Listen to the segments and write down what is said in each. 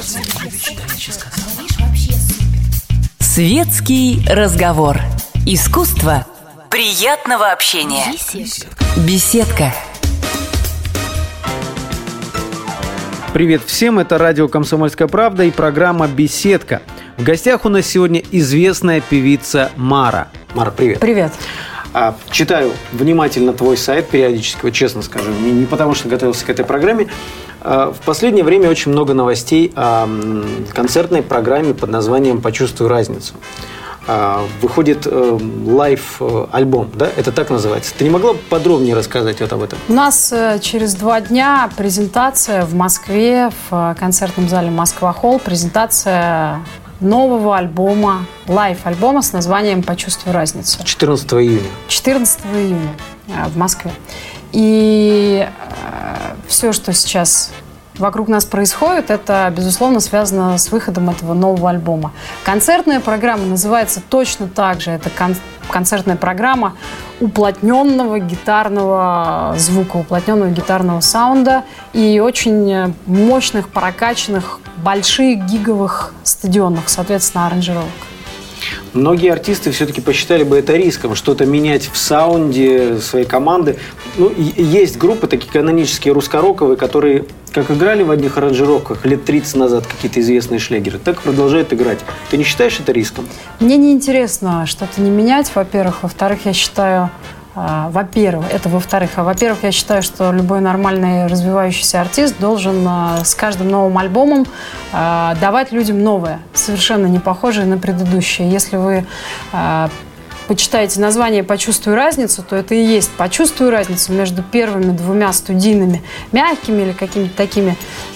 Светский разговор. Искусство приятного общения. Беседка. Привет всем, это радио «Комсомольская правда» и программа «Беседка». В гостях у нас сегодня известная певица Мара. Мара, привет. Привет. Читаю внимательно твой сайт периодически, вот честно скажу, не потому что готовился к этой программе. В последнее время очень много новостей о концертной программе под названием «Почувствуй разницу». Выходит лайв-альбом, да? Это так называется. Ты не могла бы подробнее рассказать об этом? У нас через 2 дня презентация в Москве, в концертном зале «Москва-холл», презентация нового альбома, лайв-альбома с названием «Почувствуй разницу». 14 июня. 14 июня в Москве. И все, что сейчас вокруг нас происходит, это, безусловно, связано с выходом этого нового альбома. Концертная программа называется точно так же. Это концертная программа уплотненного гитарного звука, уплотненного гитарного саунда и очень мощных, прокачанных, больших гиговых стадионных, соответственно, аранжировок. Многие артисты все-таки посчитали бы это риском, что-то менять в саунде своей команды. Есть группы, такие канонические русско-роковые, которые как играли в одних аранжировках лет 30 назад какие-то известные шлягеры, так и продолжают играть. Ты не считаешь это риском? Мне неинтересно что-то не менять, во-первых. Во-вторых, я считаю... Во-первых, я считаю, что любой нормальный развивающийся артист должен с каждым новым альбомом давать людям новое, совершенно не похожее на предыдущее. Если вы почитаете название «Почувствуй разницу», то это и есть «Почувствуй разницу» между первыми 2 студийными, мягкими или какими-то такими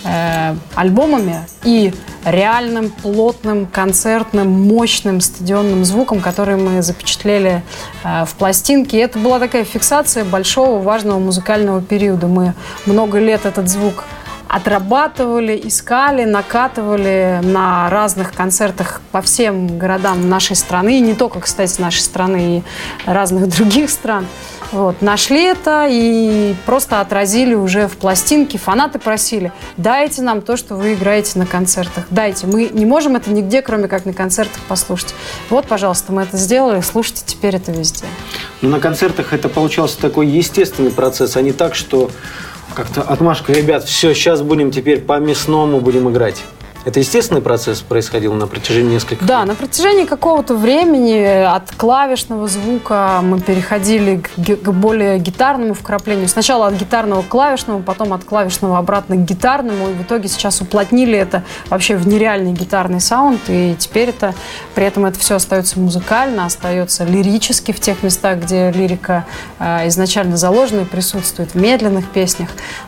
альбомами и реальным, плотным, концертным, мощным стадионным звуком, который мы запечатлели в пластинке. И это была такая фиксация большого, важного музыкального периода. Мы много лет этот звук отрабатывали, искали, накатывали на разных концертах по всем городам нашей страны, и не только, кстати, нашей страны, и разных других стран. Вот. Нашли это и просто отразили уже в пластинке. Фанаты просили: дайте нам то, что вы играете на концертах. Дайте. Мы не можем это нигде, кроме как на концертах, послушать. Вот, пожалуйста, мы это сделали, слушайте теперь это везде. Но на концертах это получался такой естественный процесс, а не так, что как-то отмашка: ребят, все, сейчас будем теперь по-мясному будем играть. Это естественный процесс происходил на протяжении нескольких лет? Да, на протяжении какого-то времени от клавишного звука мы переходили к более гитарному вкраплению. Сначала от гитарного к клавишному, потом от клавишного обратно к гитарному. И в итоге сейчас уплотнили это вообще в нереальный гитарный саунд. И теперь это, при этом это все остается музыкально, остается лирически в тех местах, где лирика изначально заложена и присутствует, в медленных песнях.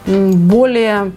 Более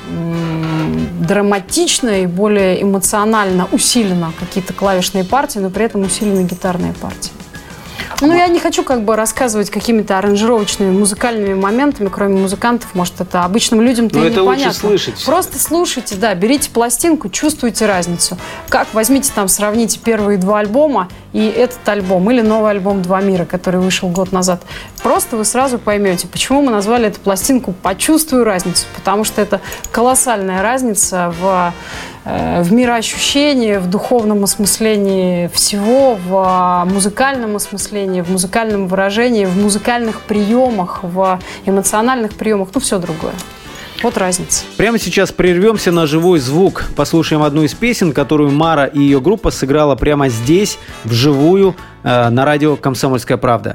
драматично и более эмоционально усиленно какие-то клавишные партии, но при этом усилены гитарные партии. Я не хочу рассказывать какими-то аранжировочными музыкальными моментами, кроме музыкантов. Может, это обычным людям-то и непонятно. Лучше слышать. Просто слушайте, да, берите пластинку, чувствуйте разницу. Возьмите сравните первые 2 альбома и этот альбом, или новый альбом «Два мира», который вышел год назад. Просто вы сразу поймете, почему мы назвали эту пластинку «Почувствуй разницу». Потому что это колоссальная разница в мироощущении, в духовном осмыслении всего, в музыкальном осмыслении, в музыкальном выражении, в музыкальных приемах, в эмоциональных приемах, все другое. Вот разница. Прямо сейчас прервемся на живой звук. Послушаем одну из песен, которую Мара и ее группа сыграла прямо здесь, вживую, на радио «Комсомольская правда».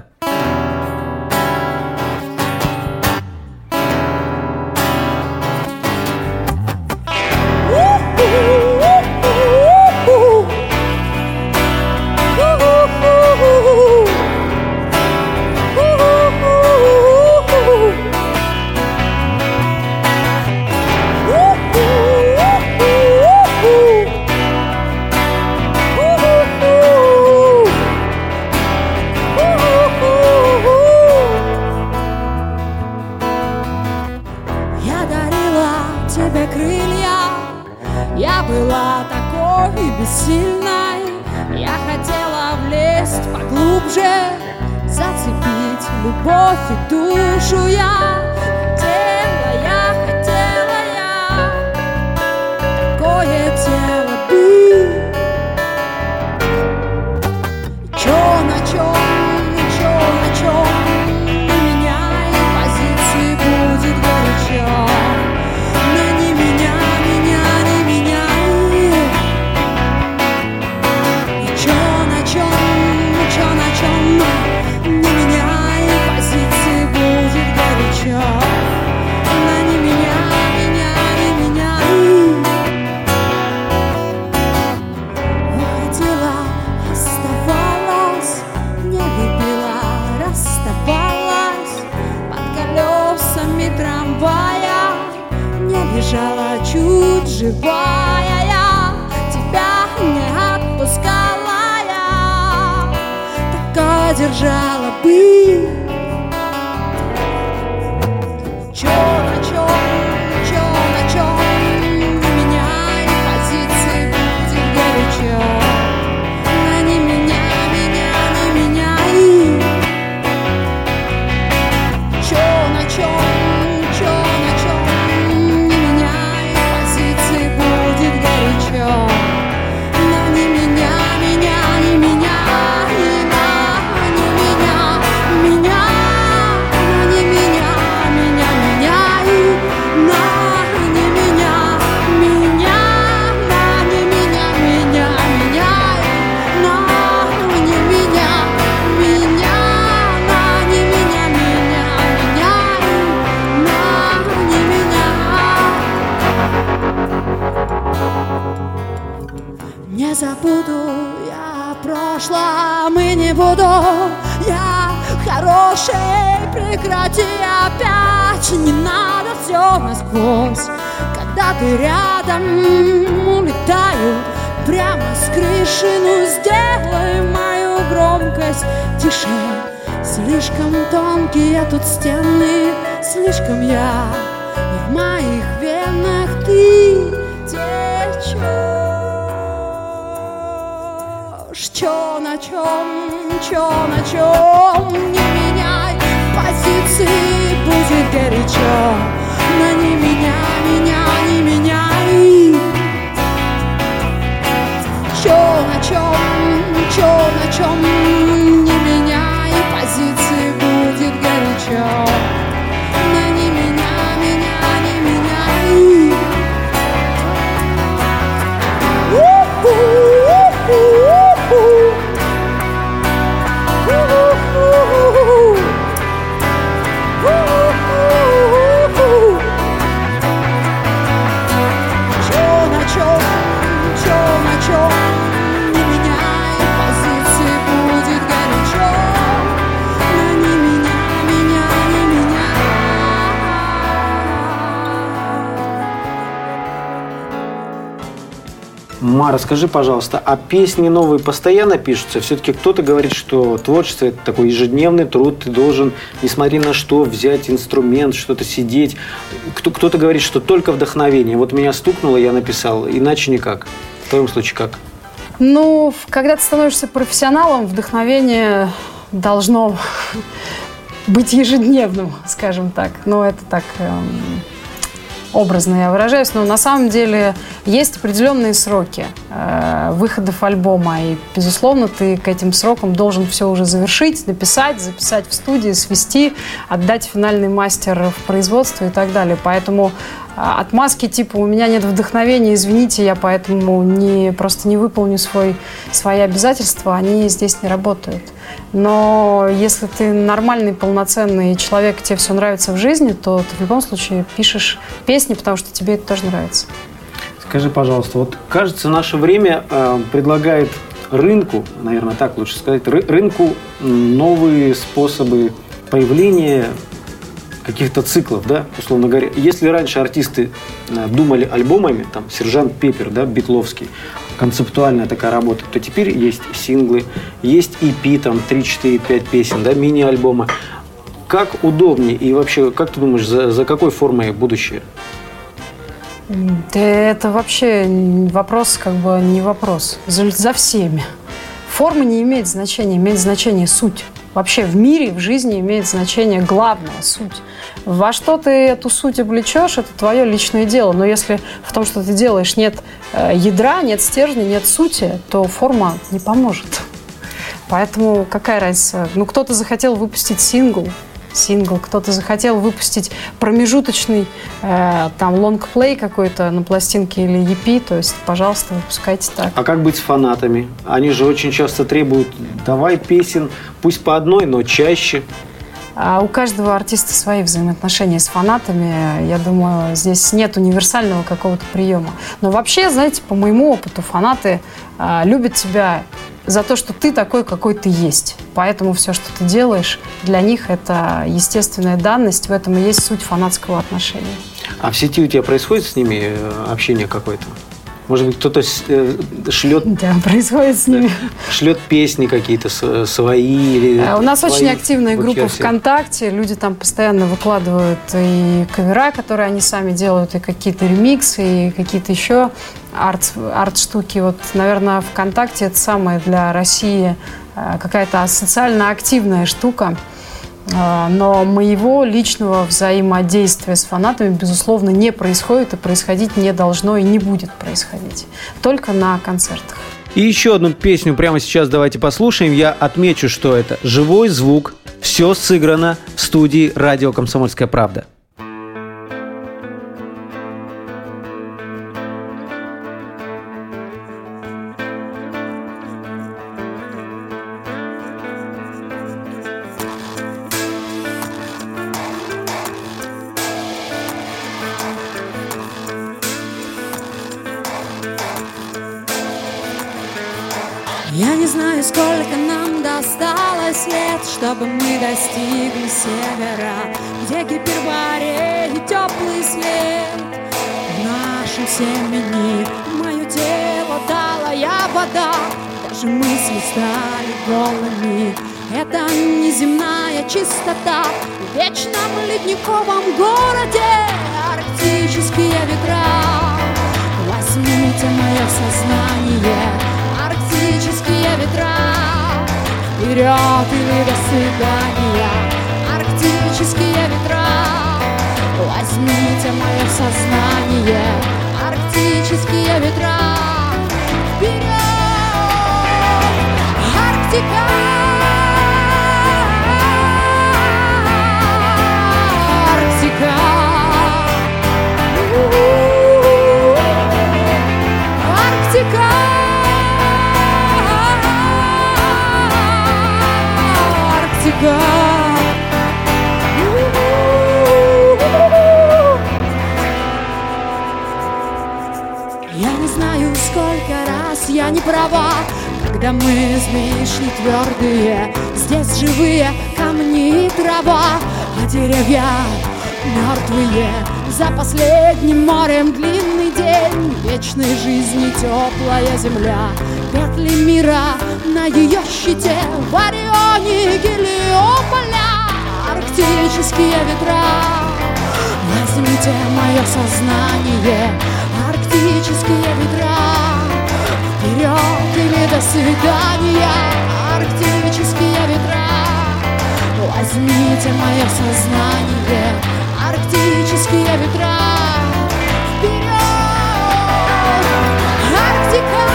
Любовь и душу я хотела я такое тут живая я, тебя не отпускала я, такая держала бы. Чё на чём, не меняй позиции, будет горячо. Но не меняй, не меняй. Чё на чём, не меняй позиции, будет горячо. Но не меняй, не меняй, не меняй, меня. Не забуду я прошлом и не буду я хорошей. Прекрати опять, не надо все насквозь. Когда ты рядом, улетаю прямо с крыши. Ну сделай мою громкость тише. Слишком тонкие тут стены, слишком я, и в моих венах ты течешь. Чё на чём, не меняй позиции, будет горячо. Но не меняй, не меняй. Чё на чём, не меняй позиции, будет горячо. Но не меняй, не меняй. Мара, скажи, пожалуйста, а песни новые постоянно пишутся? Все-таки кто-то говорит, что творчество – это такой ежедневный труд, ты должен, несмотря на что, взять инструмент, что-то сидеть. Кто-то говорит, что только вдохновение. Вот меня стукнуло, я написал, иначе никак. В твоем случае как? Ну, когда ты становишься профессионалом, вдохновение должно быть ежедневным, скажем так. Но это так... образно я выражаюсь, но на самом деле есть определенные сроки выходов альбома, и, безусловно, ты к этим срокам должен все уже завершить, написать, записать в студии, свести, отдать финальный мастер в производство и так далее. Поэтому отмазки типа «у меня нет вдохновения, извините, я поэтому просто не выполню свои обязательства», они здесь не работают. Но если ты нормальный, полноценный человек, тебе все нравится в жизни, то ты в любом случае пишешь песни, потому что тебе это тоже нравится. Скажи, пожалуйста, вот кажется, наше время предлагает рынку, наверное, так лучше сказать, рынку новые способы появления каких-то циклов, да, условно говоря. Если раньше артисты думали альбомами, там, «Сержант Пеппер», да, битловский, концептуальная такая работа, то теперь есть синглы, есть EP, там, 3, 4, 5 песен, да, мини-альбомы. Как удобнее и вообще, как ты думаешь, за какой формой будущее? Да это вообще вопрос, как бы не вопрос. За всеми. Форма не имеет значения, имеет значение суть. Вообще в мире, в жизни имеет значение главное – суть. Во что ты эту суть облечешь – это твое личное дело. Но если в том, что ты делаешь, нет ядра, нет стержня, нет сути, то форма не поможет. Поэтому какая разница? Ну, кто-то захотел выпустить сингл, кто-то захотел выпустить промежуточный там лонгплей какой-то на пластинке или EP, то есть, пожалуйста, выпускайте так. А как быть с фанатами? Они же очень часто требуют: давай песен, пусть по одной, но чаще. У каждого артиста свои взаимоотношения с фанатами. Я думаю, здесь нет универсального какого-то приема. Но вообще, знаете, по моему опыту, фанаты любят тебя за то, что ты такой, какой ты есть. Поэтому все, что ты делаешь, для них это естественная данность. В этом и есть суть фанатского отношения. А в сети у тебя происходит с ними общение какое-то? Может быть, кто-то шлет... Да, происходит с ними. Шлет песни какие-то свои или... У нас свои очень активная группа версии. ВКонтакте. Люди там постоянно выкладывают и кавера, которые они сами делают, и какие-то ремиксы, и какие-то еще арт-штуки. Вот, наверное, ВКонтакте это самая для России какая-то социально активная штука. Но моего личного взаимодействия с фанатами, безусловно, не происходит и происходить не должно и не будет происходить. Только на концертах. И еще одну песню прямо сейчас давайте послушаем. Я отмечу, что это живой звук. Все сыграно в студии радио «Комсомольская правда». Я не знаю, сколько нам досталось лет, чтобы мы достигли севера, где гипербореи и теплый след. В нашем семени мое тело дала я вода, даже мысли стали голыми. Это неземная чистота в вечном ледниковом городе. Арктические ветра, возьмите мое сознание. Арктические ветра, вперед или до свидания. Арктические ветра, возьмите мое сознание. Арктические ветра, вперед! Арктика! Арктика! Арктика! Я не знаю, сколько раз я не права, когда мы вишни твердые, здесь живые камни и трава, а деревья мертвые. За последним морем длинный день вечной жизни теплая земля, петли мира на ее щите, в Орионе Гелиополя. Арктические ветра, возьмите мое сознание. Арктические ветра, вперед или до свидания. Арктические ветра, возьмите мое сознание. Арктические ветра, вперед! Арктика!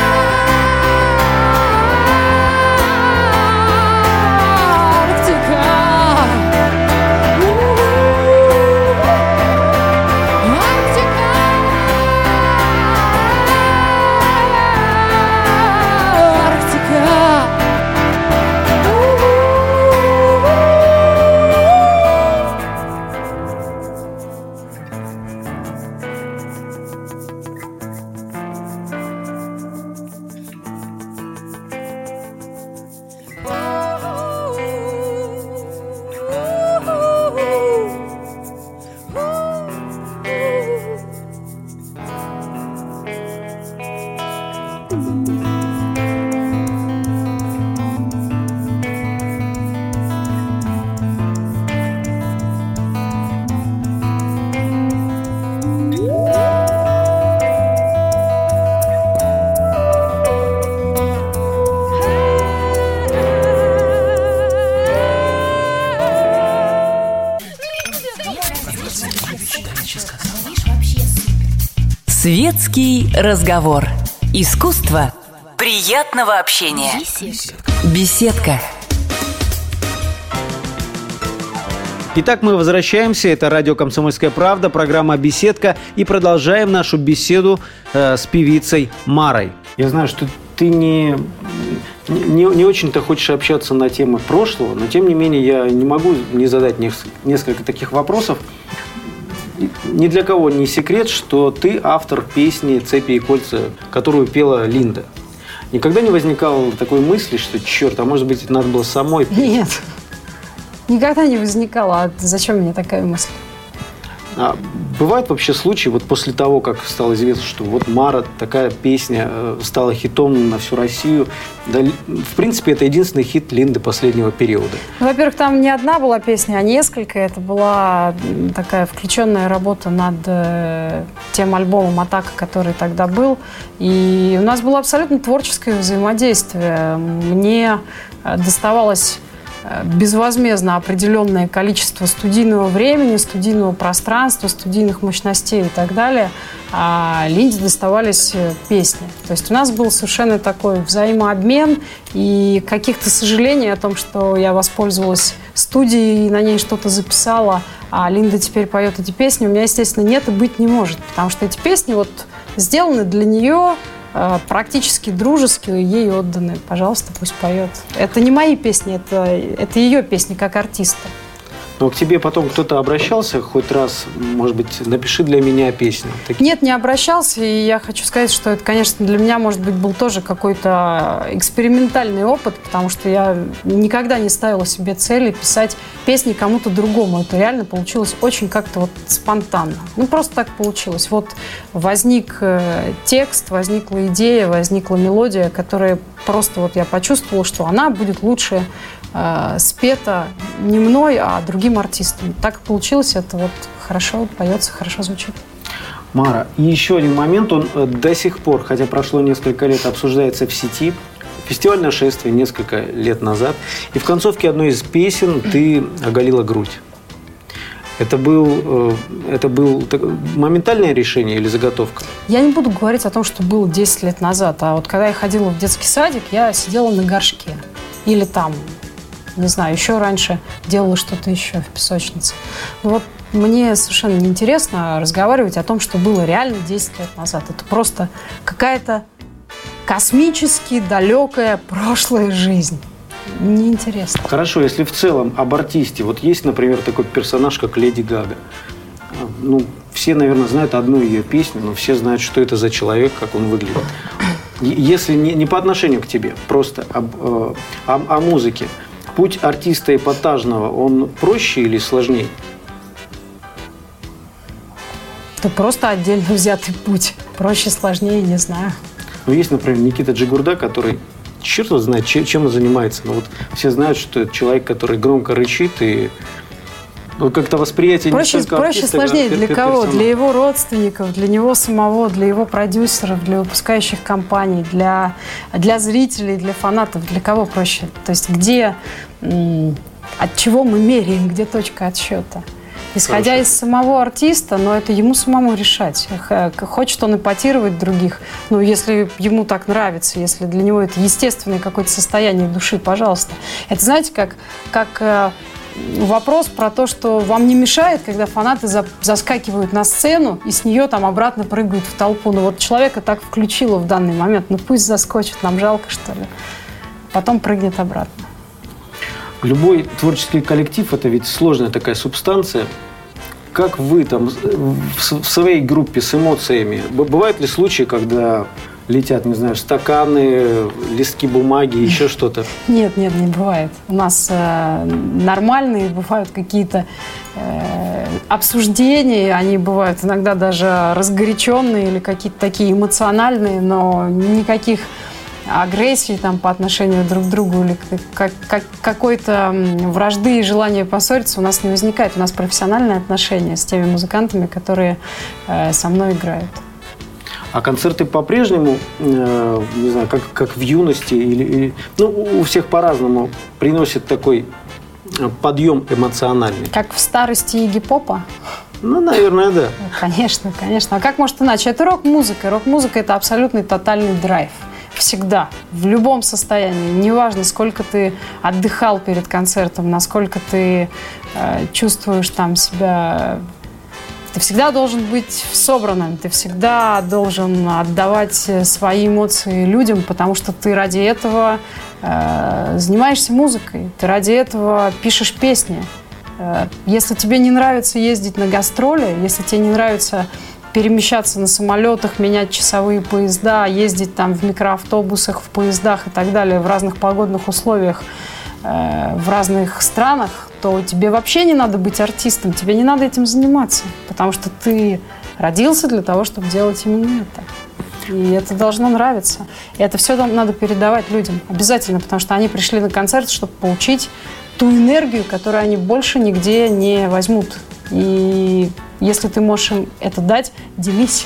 Светский разговор. Искусство приятного общения. Беседка. Итак, мы возвращаемся. Это радио «Комсомольская правда», программа «Беседка». И продолжаем нашу беседу с певицей Марой. Я знаю, что ты не очень-то хочешь общаться на темы прошлого, но тем не менее я не могу не задать несколько таких вопросов. Ни для кого не секрет, что ты автор песни «Цепи и кольца», которую пела Линда. Никогда не возникало такой мысли, что, черт, а может быть, надо было самой петь? Нет, никогда не возникало. А зачем мне такая мысль? Бывают вообще случаи, вот после того, как стало известно, что вот «Мара», такая песня стала хитом на всю Россию. Да, в принципе, это единственный хит Линды последнего периода. Ну, во-первых, там не одна была песня, а несколько. Это была такая включенная работа над тем альбомом «Атака», который тогда был. И у нас было абсолютно творческое взаимодействие. Мне доставалось безвозмездно определенное количество студийного времени, студийного пространства, студийных мощностей и так далее, а Линде доставались песни. То есть у нас был совершенно такой взаимообмен, и каких-то сожалений о том, что я воспользовалась студией и на ней что-то записала, а Линда теперь поет эти песни, у меня, естественно, нет и быть не может, потому что эти песни вот сделаны для нее, практически дружеские, ей отданы. Пожалуйста, пусть поет. Это не мои песни, это ее песни как артиста. Но к тебе потом кто-то обращался хоть раз, может быть, напиши для меня песню? Нет, не обращался, и я хочу сказать, что это, конечно, для меня, может быть, был тоже какой-то экспериментальный опыт, потому что я никогда не ставила себе цели писать песни кому-то другому. Это реально получилось очень как-то вот спонтанно. Ну, просто так получилось. Вот возник текст, возникла идея, возникла мелодия, которая просто вот я почувствовала, что она будет лучше спета не мной, а другим артистом. Так и получилось. Это вот хорошо поется, хорошо звучит. Мара, и еще один момент, он до сих пор, хотя прошло несколько лет, обсуждается в сети. Фестиваль «Нашествие» несколько лет назад. И в концовке одной из песен ты оголила грудь. Это было моментальное решение или заготовка? Я не буду говорить о том, что было 10 лет назад. А вот когда я ходила в детский садик, я сидела на горшке. Или там, не знаю, еще раньше делала что-то еще в песочнице. Но вот мне совершенно неинтересно разговаривать о том, что было реально 10 лет назад. Это просто какая-то космически далекая прошлая жизнь. Неинтересно. Хорошо, если в целом об артисте. Вот есть, например, такой персонаж, как Леди Гага. Ну, все, наверное, знают одну ее песню, но все знают, что это за человек, как он выглядит. Если не по отношению к тебе, просто о музыке. Путь артиста эпатажного, он проще или сложнее? Это просто отдельно взятый путь. Проще, сложнее, не знаю. Ну, есть, например, Никита Джигурда, который черт знает, чем он занимается. Но вот все знают, что это человек, который громко рычит и как-то восприятие проще, не только артиста, сложнее для кого? персонажа. Для его родственников, для него самого, для его продюсеров, для выпускающих компаний, для зрителей, для фанатов. Для кого проще? То есть где, от чего мы меряем, где точка отсчета? Исходя из самого артиста, но это ему самому решать. Хочет он эпатировать других, ну, если ему так нравится, если для него это естественное какое-то состояние души, пожалуйста. Это, знаете, как вопрос про то, что вам не мешает, когда фанаты заскакивают на сцену и с нее там обратно прыгают в толпу. Ну вот человека так включило в данный момент, ну пусть заскочит, нам жалко, что ли. Потом прыгнет обратно. Любой творческий коллектив – это ведь сложная такая субстанция. Как вы там в своей группе с эмоциями? Бывают ли случаи, когда летят, не знаю, стаканы, листки бумаги, еще что-то? Нет, не бывает. У нас нормальные бывают какие-то обсуждения, они бывают иногда даже разгоряченные или какие-то такие эмоциональные, но никаких агрессии там, по отношению друг к другу или какой-то вражды и желания поссориться у нас не возникает. У нас профессиональные отношения с теми музыкантами, которые со мной играют. А концерты по-прежнему, не знаю, как в юности, или ну, у всех по-разному, приносят такой подъем эмоциональный? Как в старости Игги Попа? Ну, наверное, да. Конечно, конечно. А как может иначе? Это рок-музыка. Рок-музыка – это абсолютный тотальный драйв. Всегда, в любом состоянии. Неважно, сколько ты отдыхал перед концертом, насколько ты чувствуешь там себя. Ты всегда должен быть собранным, ты всегда должен отдавать свои эмоции людям, потому что ты ради этого занимаешься музыкой, ты ради этого пишешь песни. Если тебе не нравится ездить на гастроли, если тебе не нравится перемещаться на самолетах, менять часовые поезда, ездить там в микроавтобусах, в поездах и так далее, в разных погодных условиях, в разных странах, то тебе вообще не надо быть артистом, тебе не надо этим заниматься, потому что ты родился для того, чтобы делать именно это. И это должно нравиться. И это все надо передавать людям обязательно, потому что они пришли на концерт, чтобы получить ту энергию, которую они больше нигде не возьмут. И если ты можешь им это дать, делись.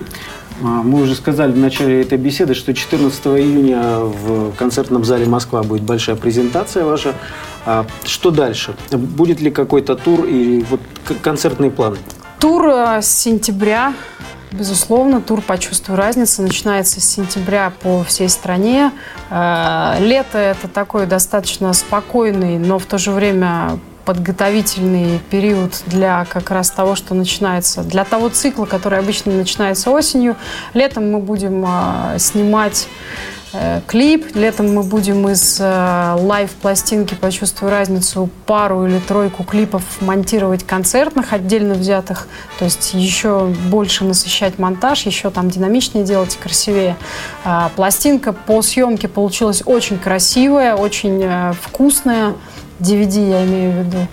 Мы уже сказали в начале этой беседы, что 14 июня в концертном зале «Москва» будет большая презентация ваша. Что дальше? Будет ли какой-то тур и вот концертные планы? Тур с сентября, безусловно, тур «Почувствуй разницу» начинается с сентября по всей стране. Лето – это такой достаточно спокойный, но в то же время подготовительный период для как раз того, что начинается, для того цикла, который обычно начинается осенью. Летом мы будем снимать клип, летом мы будем из лайв-пластинки «Почувствуй разницу» пару или тройку клипов монтировать концертных, отдельно взятых, то есть еще больше насыщать монтаж, еще там динамичнее делать и красивее. Пластинка по съемке получилась очень красивая, очень вкусная. DVD я имею в виду.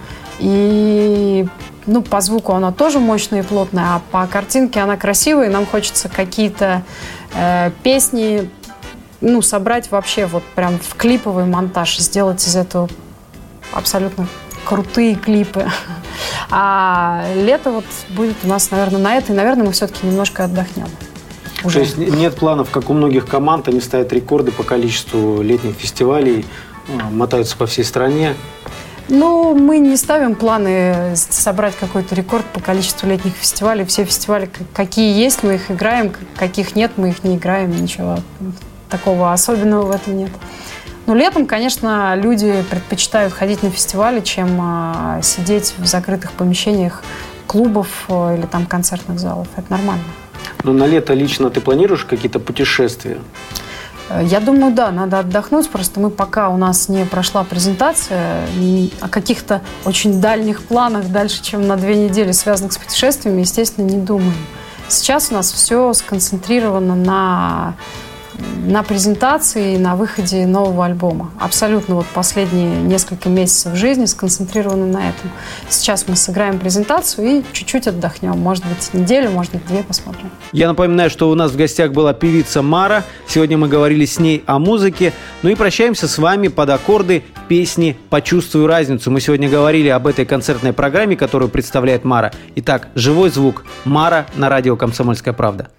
И по звуку она тоже мощная и плотная, а по картинке она красивая, и нам хочется какие-то песни собрать вообще вот прям в клиповый монтаж, сделать из этого абсолютно крутые клипы. А лето вот будет у нас, наверное, на это, и, наверное, мы все-таки немножко отдохнем. Уже. То есть нет планов, как у многих команд, они ставят рекорды по количеству летних фестивалей, мотаются по всей стране. Мы не ставим планы собрать какой-то рекорд по количеству летних фестивалей. Все фестивали, какие есть, мы их играем, каких нет, мы их не играем. Ничего такого особенного в этом нет. Но летом, конечно, люди предпочитают ходить на фестивали, чем сидеть в закрытых помещениях клубов или там концертных залов. Это нормально. Но на лето лично ты планируешь какие-то путешествия? Я думаю, да, надо отдохнуть. Просто пока у нас не прошла презентация, о каких-то очень дальних планах, дальше, чем на 2 недели, связанных с путешествиями, естественно, не думаем. Сейчас у нас все сконцентрировано на презентации и на выходе нового альбома. Абсолютно вот последние несколько месяцев жизни сконцентрированы на этом. Сейчас мы сыграем презентацию и чуть-чуть отдохнем. Может быть, неделю, может быть, 2 посмотрим. Я напоминаю, что у нас в гостях была певица Мара. Сегодня мы говорили с ней о музыке. И прощаемся с вами под аккорды песни «Почувствуй разницу». Мы сегодня говорили об этой концертной программе, которую представляет Мара. Итак, живой звук. Мара на радио «Комсомольская правда».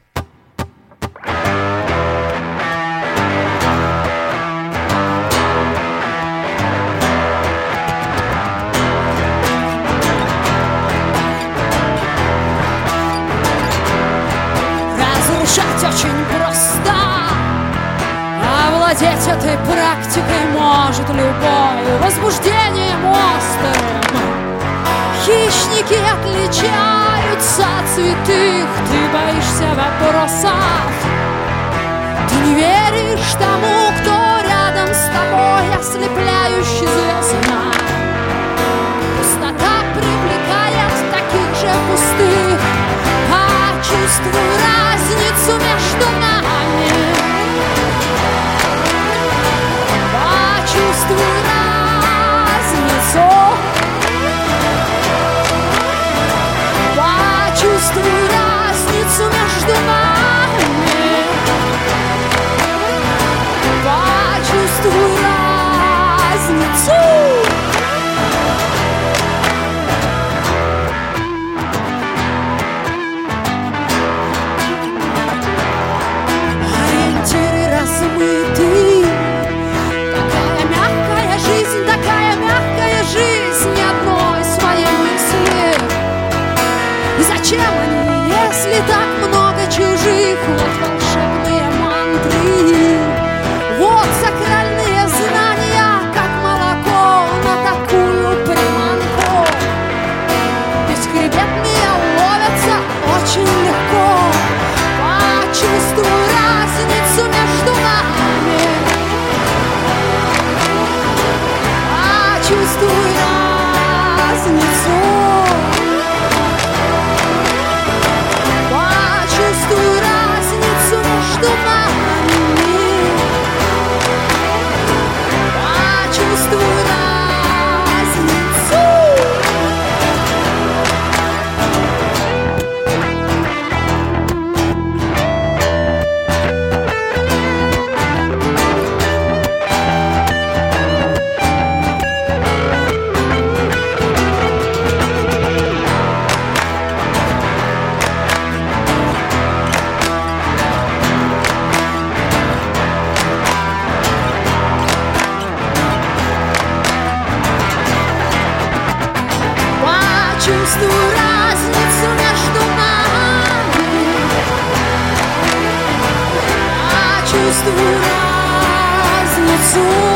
Очень просто овладеть этой практикой может любой возбуждением острым. Хищники отличаются от святых, ты боишься вопросов. Ты не веришь тому, кто рядом с тобой ослепляюще звездно. Пустота привлекает таких же пустых. Почувствуй разницу между нами. Почувствуй разницу. Почувствуй разницу между нами. Почувствуй разницу. танцуй.